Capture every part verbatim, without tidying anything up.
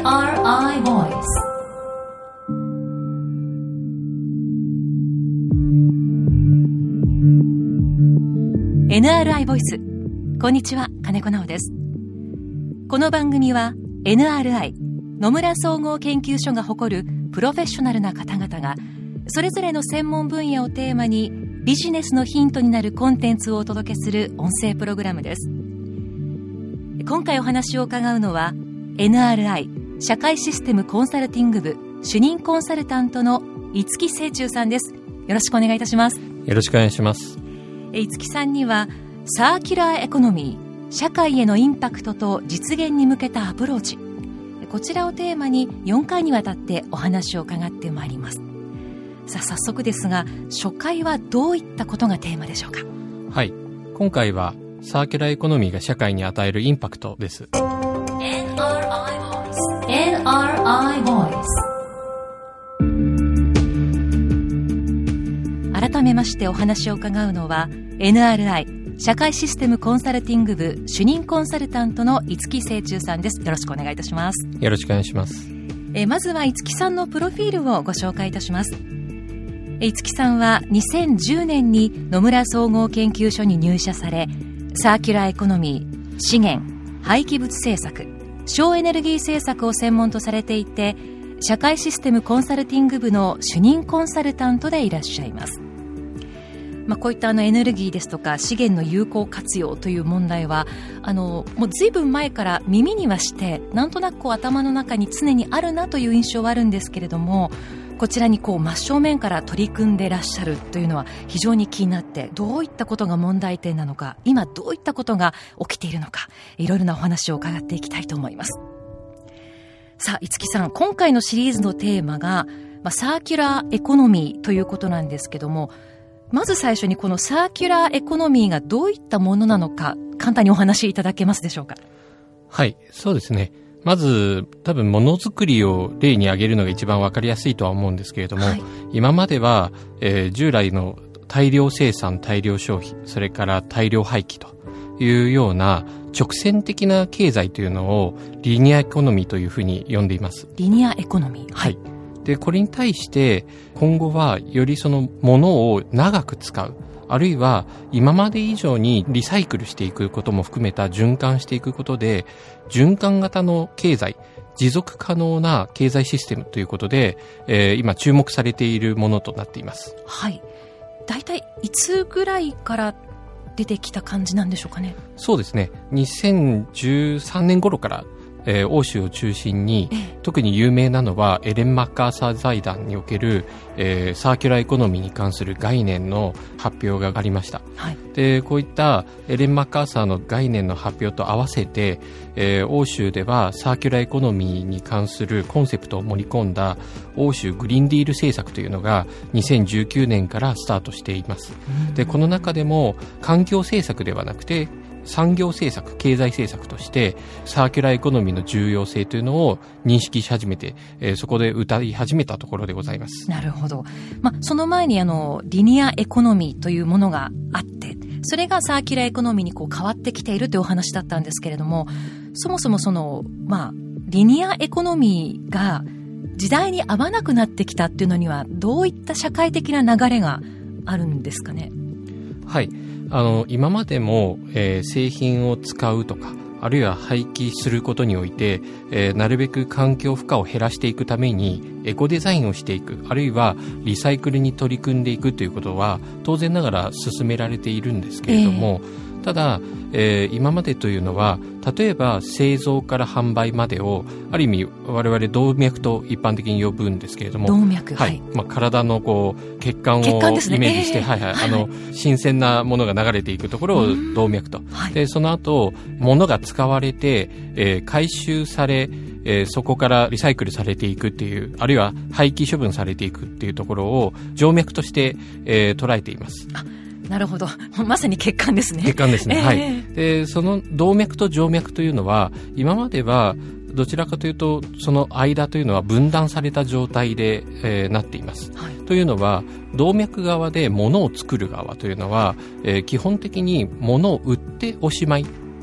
エヌアールアイ Voice。エヌアールアイ ボイス。こんにちは、金子直です。この番組は エヌアールアイ 野村総合研究所が誇るプロフェッショナルな方々がそれぞれの専門分野をテーマにビジネスのヒントになるコンテンツをお届けする音声プログラムです。今回お話を伺うのは エヌアールアイ 社会システムコンサルティング部主任コンサルタントの五木清中さんです。よろしくお願いいたします。 よろしくお願いします。 五木さんにはサーキュラーエコノミー、社会へのインパクトと実現に向けたアプローチ、こちらをテーマによんかいにわたってお話を伺ってまいります。さあ早速ですが、初回はどういったことがテーマでしょうか？ はい、今回はサーキュラーエコノミーが社会に与えるインパクトです。 エヌアールアイ Voice。 エヌアールアイ Voice。 改めましてお話を伺うのは エヌアールアイ 社会システムコンサルティング部主任コンサルタントの五木清中さんです。よろしくお願いいたします。 よろしくお願いします。 えまずは五木さんのプロフィールをご紹介いたします。五木さんはにせんじゅうねんに野村総合研究所に入社され、サーキュラーエコノミー、資源、廃棄物政策、省エネルギー政策を専門とされていて、社会システムコンサルティング部の主任コンサルタントでいらっしゃいます。まあ、こういったあのエネルギーですとか資源の有効活用という問題はあのもうずいぶん前から耳にはしてなんとなくこう頭の中に常にあるなという印象はあるんですけれども、こちらにこう真正面から取り組んでいらっしゃるというのは非常に気になって、どういったことが問題点なのか、今どういったことが起きているのか、いろいろなお話を伺っていきたいと思います。さあ五木さん、今回のシリーズのテーマが、まあ、サーキュラーエコノミーということなんですけども、まず最初にこのサーキュラーエコノミーがどういったものなのか、簡単にお話しいただけますでしょうか？ はい、そうですね。まず多分ものづくりを例に挙げるのが一番わかりやすいとは思うんですけれども、はい、今までは、えー、従来の大量生産、大量消費、それから大量廃棄というような直線的な経済というのをリニアエコノミーというふうに呼んでいます。 リニアエコノミー、はい。 で、これに対して今後はよりそのものを長く使う、あるいは今まで以上にリサイクルしていくことも含めた循環していくことで、循環型の経済、持続可能な経済システムということで、えー、今注目されているものとなっています。 はい。だいたいいつぐらいから出てきた感じなんでしょうかね？ そうですね。にせんじゅうさんねん頃からえー、欧州を中心に、特に有名なのはエレン・マッカーサー財団における、えー、サーキュラーエコノミーに関する概念の発表がありました。はい、でこういったエレン・マッカーサーの概念の発表と合わせて、えー、欧州ではサーキュラーエコノミーに関するコンセプトを盛り込んだ欧州グリーンディール政策というのがにせんじゅうきゅうねんからスタートしています。でこの中でも環境政策ではなくて産業政策、経済政策としてサーキュラーエコノミーの重要性というのを認識し始めて、えー、そこで歌い始めたところでございます。 なるほど。まあ、その前にあのリニアエコノミーというものがあって、それがサーキュラーエコノミーにこう変わってきているというお話だったんですけれども、そもそもその、まあ、リニアエコノミーが時代に合わなくなってきたっていうのにはどういった社会的な流れがあるんですかね？ はい。あの今までも、えー、製品を使うとか、あるいは廃棄することにおいて、えー、なるべく環境負荷を減らしていくためにエコデザインをしていく、あるいはリサイクルに取り組んでいくということは当然ながら進められているんですけれども、えー、ただ、えー、今までというのは例えば製造から販売までをある意味我々動脈と一般的に呼ぶんですけれども、 動脈、 はい、まあ、体のこう血管をイメージして、ね、えー、はいはい、あの、はい、新鮮なものが流れていくところを動脈と、はい、でその後物が使われて、えー、回収され、えー、そこからリサイクルされていくっていう、あるいは廃棄処分されていくっていうところを静脈として、えー、捉えています。 あ、なるほど。まさに血管ですね。 血管ですね、 えー、 はい。でその動脈と静脈というのは今まではどちらかというとその間というのは分断された状態で、えー、なっています、はい、というのは動脈側で物を作る側というのは、えー、基本的に物を売っておしまい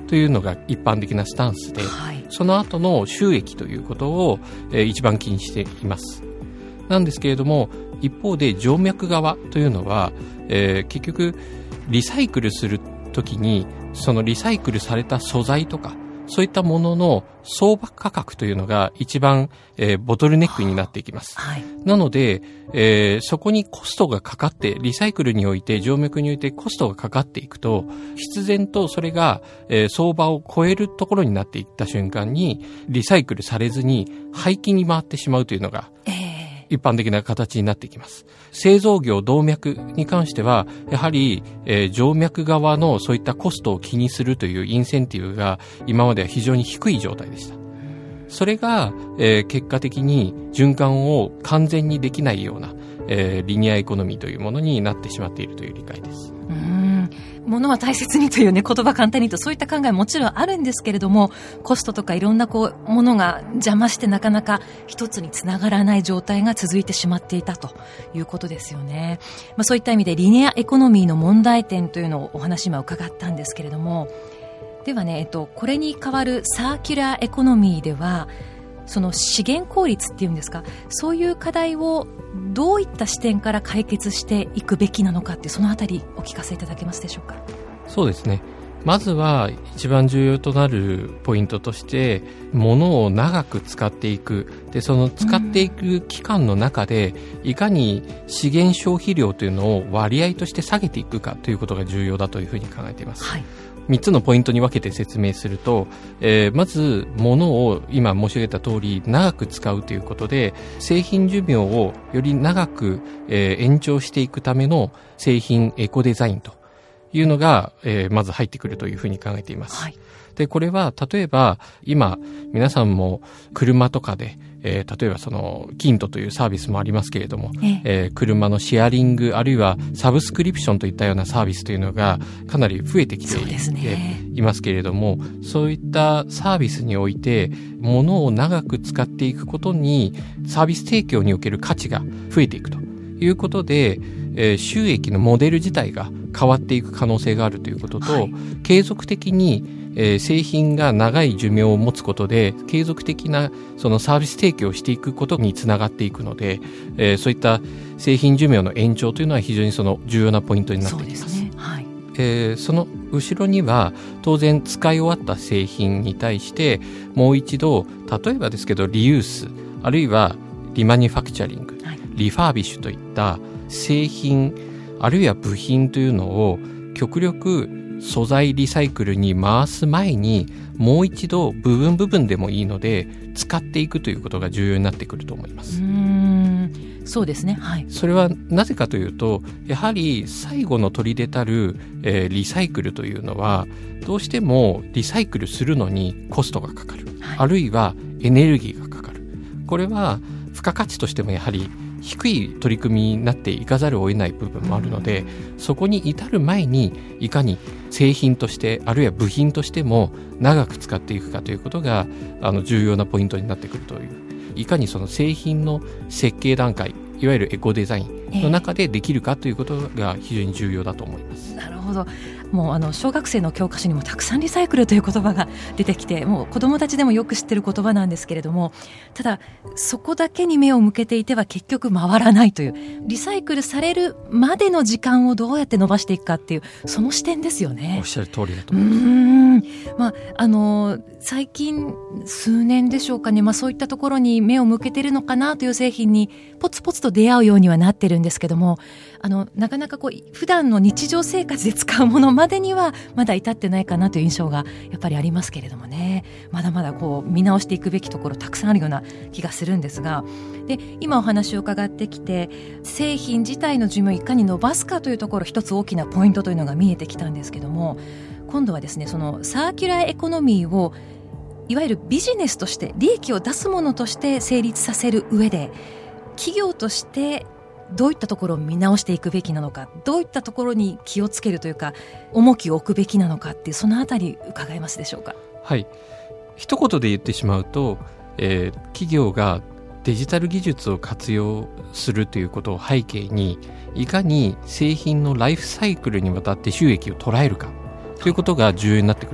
というのが一般的なスタンスで、はい、その後の収益ということを、えー、一番気にしています。なんですけれども、一方で静脈側というのは、えー、結局リサイクルするときにそのリサイクルされた素材とかそういったものの相場価格というのが一番、えー、ボトルネックになっていきます。はい、なので、えー、そこにコストがかかって、リサイクルにおいて、静脈においてコストがかかっていくと、必然とそれが、えー、相場を超えるところになっていった瞬間に、リサイクルされずに廃棄に回ってしまうというのが、えー一般的な形になってきます。製造業、動脈に関しては、やはり、えー、静脈側のそういったコストを気にするというインセンティブが今までは非常に低い状態でした。それが、えー、結果的に循環を完全にできないような、えー、リニアエコノミーというものになってしまっているという理解です。 うーん、物は大切にというね、言葉簡単に言うとそういった考えももちろんあるんですけれども、コストとかいろんなこうものが邪魔してなかなか一つにつながらない状態が続いてしまっていたということですよね。まあ、そういった意味でリニアエコノミーの問題点というのをお話今伺ったんですけれども、ではね、えっと、これに代わるサーキュラーエコノミーではその資源効率っていうんですか、そういう課題をどういった視点から解決していくべきなのかって、そのあたりお聞かせいただけますでしょうか。 そうですね。まずは一番重要となるポイントとして、物を長く使っていく。で、その使っていく期間の中で、いかに資源消費量というのを割合として下げていくかということが重要だというふうに考えています。はい。みっつのポイントに分けて説明すると、えー、まず物を今申し上げた通り長く使うということで、製品寿命をより長く、えー、延長していくための製品エコデザインというのが、えー、まず入ってくるというふうに考えています。はい。で、これは例えば今皆さんも車とかで、えー、例えばそのキントというサービスもありますけれども、ええー、車のシェアリングあるいはサブスクリプションといったようなサービスというのがかなり増えてきていますけれども、そういったサービスにおいて物を長く使っていくことにサービス提供における価値が増えていくということで、えー、収益のモデル自体が変わっていく可能性があるということと、はい、継続的にえー、製品が長い寿命を持つことで継続的なそのサービス提供をしていくことにつながっていくので、えー、そういった製品寿命の延長というのは非常にその重要なポイントになっています。そうですね。はい。えー、その後ろには当然使い終わった製品に対してもう一度、例えばですけどリユースあるいはリマニュファクチャリング、はい、リファービッシュといった製品あるいは部品というのを極力素材リサイクルに回す前にもう一度部分部分でもいいので使っていくということが重要になってくると思います。 うーん、そうですね。はい。 それはなぜかというと、やはり最後の砦たる、えー、リサイクルというのはどうしてもリサイクルするのにコストがかかる、はい、あるいはエネルギーがかかる。これは付加価値としてもやはり低い取り組みになっていかざるを得ない部分もあるので、そこに至る前にいかに製品としてあるいは部品としても長く使っていくかということがあの重要なポイントになってくるという、いかにその製品の設計段階いわゆるエコデザインの中でできるかということが非常に重要だと思います。 なるほど。もうあの小学生の教科書にもたくさんリサイクルという言葉が出てきて、もう子どもたちでもよく知っている言葉なんですけれども、ただそこだけに目を向けていては結局回らないという、リサイクルされるまでの時間をどうやって伸ばしていくかっていうその視点ですよね。 おっしゃる通りだと思います。うーん、まあ、あの最近数年でしょうかね、まあ、そういったところに目を向けているのかなという製品にポツポツと出会うようにはなってるんですけども、あのなかなかこう普段の日常生活で使うものまでにはまだ至ってないかなという印象がやっぱりありますけれどもね、まだまだこう見直していくべきところたくさんあるような気がするんですが、で今お話を伺ってきて製品自体の寿命をいかに伸ばすかというところ、一つ大きなポイントというのが見えてきたんですけども、今度はですね、そのサーキュラーエコノミーをいわゆるビジネスとして利益を出すものとして成立させる上で、企業としてどういったところを見直していくべきなのか、どういったところに気をつけるというか重きを置くべきなのかっていう、そのあたり伺えますでしょうか。 はい、一言で言ってしまうと、えー、企業がデジタル技術を活用するということを背景に、いかに製品のライフサイクルにわたって収益を捉えるかということが重要になってくると思います。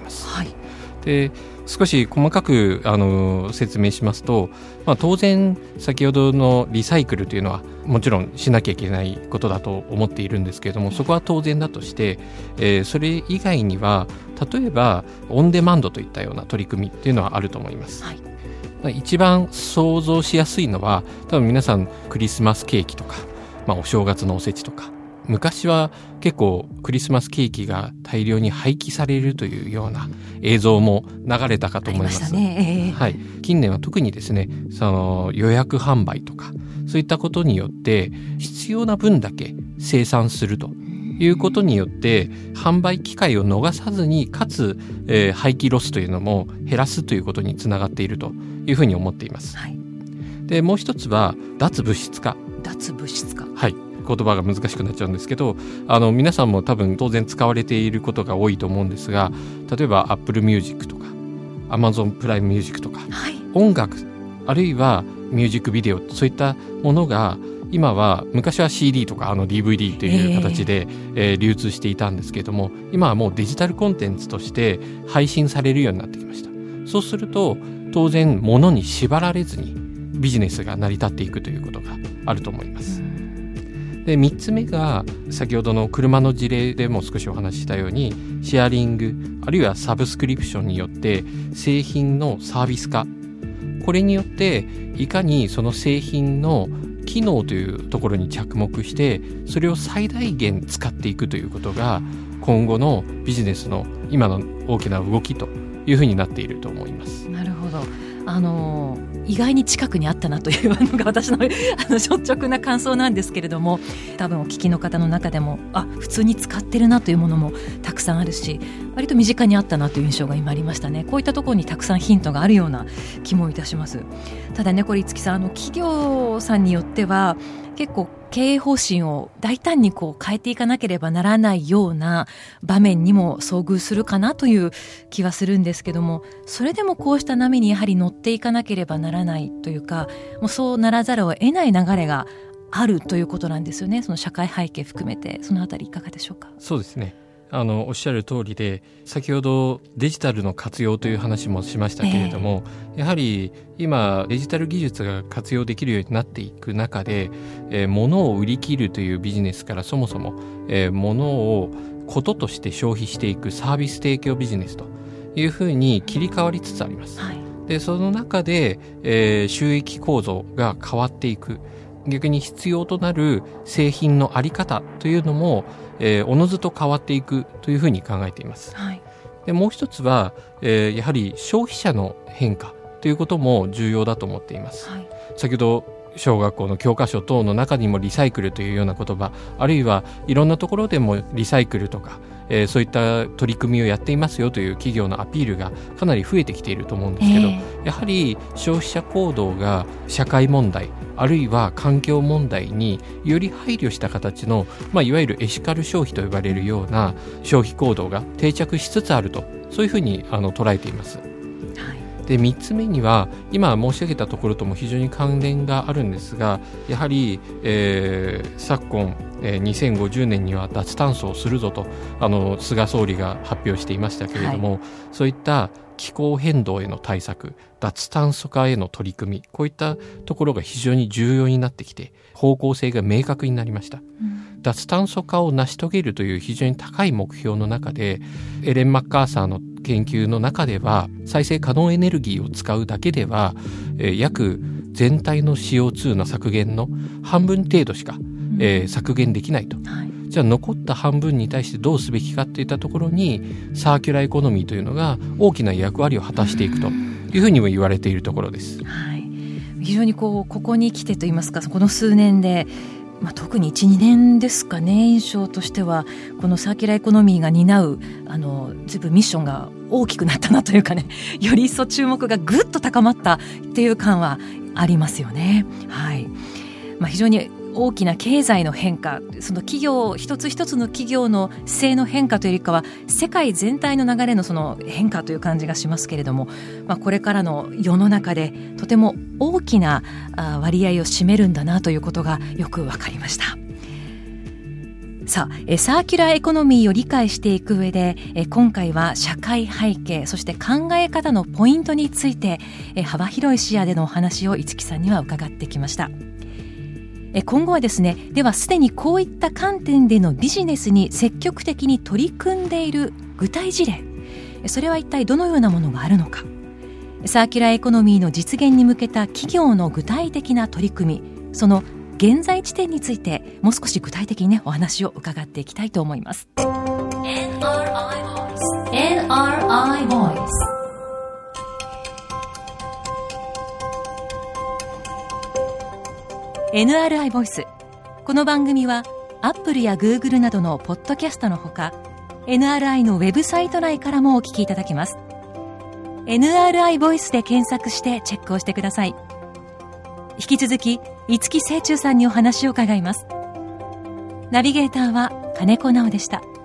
ます。 はい、 で少し細かくあの説明しますと、まあ、当然先ほどのリサイクルというのはもちろんしなきゃいけないことだと思っているんですけれども、そこは当然だとして、えー、それ以外には例えばオンデマンドといったような取り組みっていうのはあると思います。はい、一番想像しやすいのは多分皆さんクリスマスケーキとか、まあ、お正月のおせちとか、昔は結構クリスマスケーキが大量に廃棄されるというような映像も流れたかと思います。ありましたね。はい、近年は特にですね、その予約販売とかそういったことによって必要な分だけ生産するということによって販売機会を逃さずに、かつ、えー、廃棄ロスというのも減らすということにつながっているというふうに思っています。はい、でもう一つは脱物質化。 脱物質化、 はい、言葉が難しくなっちゃうんですけど、あの皆さんも多分当然使われていることが多いと思うんですが、例えば Apple Music とか Amazon プライムミュージックとか、はい、音楽あるいはミュージックビデオ、そういったものが今は、昔は シーディー とかあの ディーブイディー という形で、えーえー、流通していたんですけれども、今はもうデジタルコンテンツとして配信されるようになってきました。そうすると当然物に縛られずにビジネスが成り立っていくということがあると思います。でみっつめが先ほどの車の事例でも少しお話ししたように、シェアリングあるいはサブスクリプションによって製品のサービス化、これによっていかにその製品の機能というところに着目してそれを最大限使っていくということが今後のビジネスの今の大きな動きというふうになっていると思います。 なるほど。あの意外に近くにあったなというのが私のあの率直な感想なんですけれども、多分お聞きの方の中でもあ普通に使ってるなというものもたくさんあるし、割と身近にあったなという印象が今ありましたね。こういったところにたくさんヒントがあるような気もいたします。ただね、これ五木さん、あの企業さんによっては結構経営方針を大胆にこう変えていかなければならないような場面にも遭遇するかなという気はするんですけども、それでもこうした波にやはり乗っていかなければならないというか、もうそうならざるを得ない流れがあるということなんですよね。その社会背景含めてそのあたりいかがでしょうか。 そうですね、あのおっしゃる通りで、先ほどデジタルの活用という話もしましたけれども、えー、やはり今デジタル技術が活用できるようになっていく中で、えー、物を売り切るというビジネスからそもそも、えー、物をこととして消費していくサービス提供ビジネスというふうに切り替わりつつあります。はい、でその中で、えー、収益構造が変わっていく、逆に必要となる製品のあり方というのもえー、おのずと変わっていくというふうに考えています。はい、でもう一つは、えー、やはり消費者の変化ということも重要だと思っています。はい、先ほど小学校の教科書等の中にもリサイクルというような言葉、あるいはいろんなところでもリサイクルとか、えー、そういった取り組みをやっていますよという企業のアピールがかなり増えてきていると思うんですけど、えー、やはり消費者行動が社会問題あるいは環境問題により配慮した形の、まあ、いわゆるエシカル消費と呼ばれるような消費行動が定着しつつあると、そういうふうにあの捉えています。でみっつめには今申し上げたところとも非常に関連があるんですが、やはり、えー、昨今、えー、にせんごじゅうねんには脱炭素をするぞとあの菅総理が発表していましたけれども、はい、そういった気候変動への対策、脱炭素化への取り組み、こういったところが非常に重要になってきて方向性が明確になりました。うん、脱炭素化を成し遂げるという非常に高い目標の中で、エレン・マッカーサーの研究の中では再生可能エネルギーを使うだけでは、えー、約全体の シーオーツー の削減の半分程度しか、うんえー、削減できないと。はい、じゃあ残った半分に対してどうすべきかといったところにサーキュラーエコノミーというのが大きな役割を果たしていくというふうにも言われているところです。 はい、非常にこうここに来てといいますか、この数年で、まあ、特に いちにねんですかね、印象としてはこのサーキュラーエコノミーが担うあの随分ミッションが大きくなったなというかね、より一層注目がぐっと高まったっていう感はありますよね。はい、まあ、非常に大きな経済の変化、その企業一つ一つの企業の姿勢の変化というよりかは世界全体の流れのその変化という感じがしますけれども、まあ、これからの世の中でとても大きな割合を占めるんだなということがよく分かりました。 さあ、えサーキュラーエコノミーを理解していく上で、え今回は社会背景、そして考え方のポイントについて、え幅広い視野でのお話を五木さんには伺ってきました。え今後はですね、ではすでにこういった観点でのビジネスに積極的に取り組んでいる具体事例、それは一体どのようなものがあるのか、サーキュラーエコノミーの実現に向けた企業の具体的な取り組み、その現在地点についてもう少し具体的にね、お話を伺っていきたいと思います。 エヌアールアイ Voice エヌアールアイ Voiceエヌアールアイ Voice。 この番組は Apple や Google などのポッドキャストのほか エヌアールアイ のウェブサイト内からもお聞きいただけます。 エヌアールアイ Voice で検索してチェックをしてください。引き続き五木清中さんにお話を伺います。ナビゲーターは金子直でした。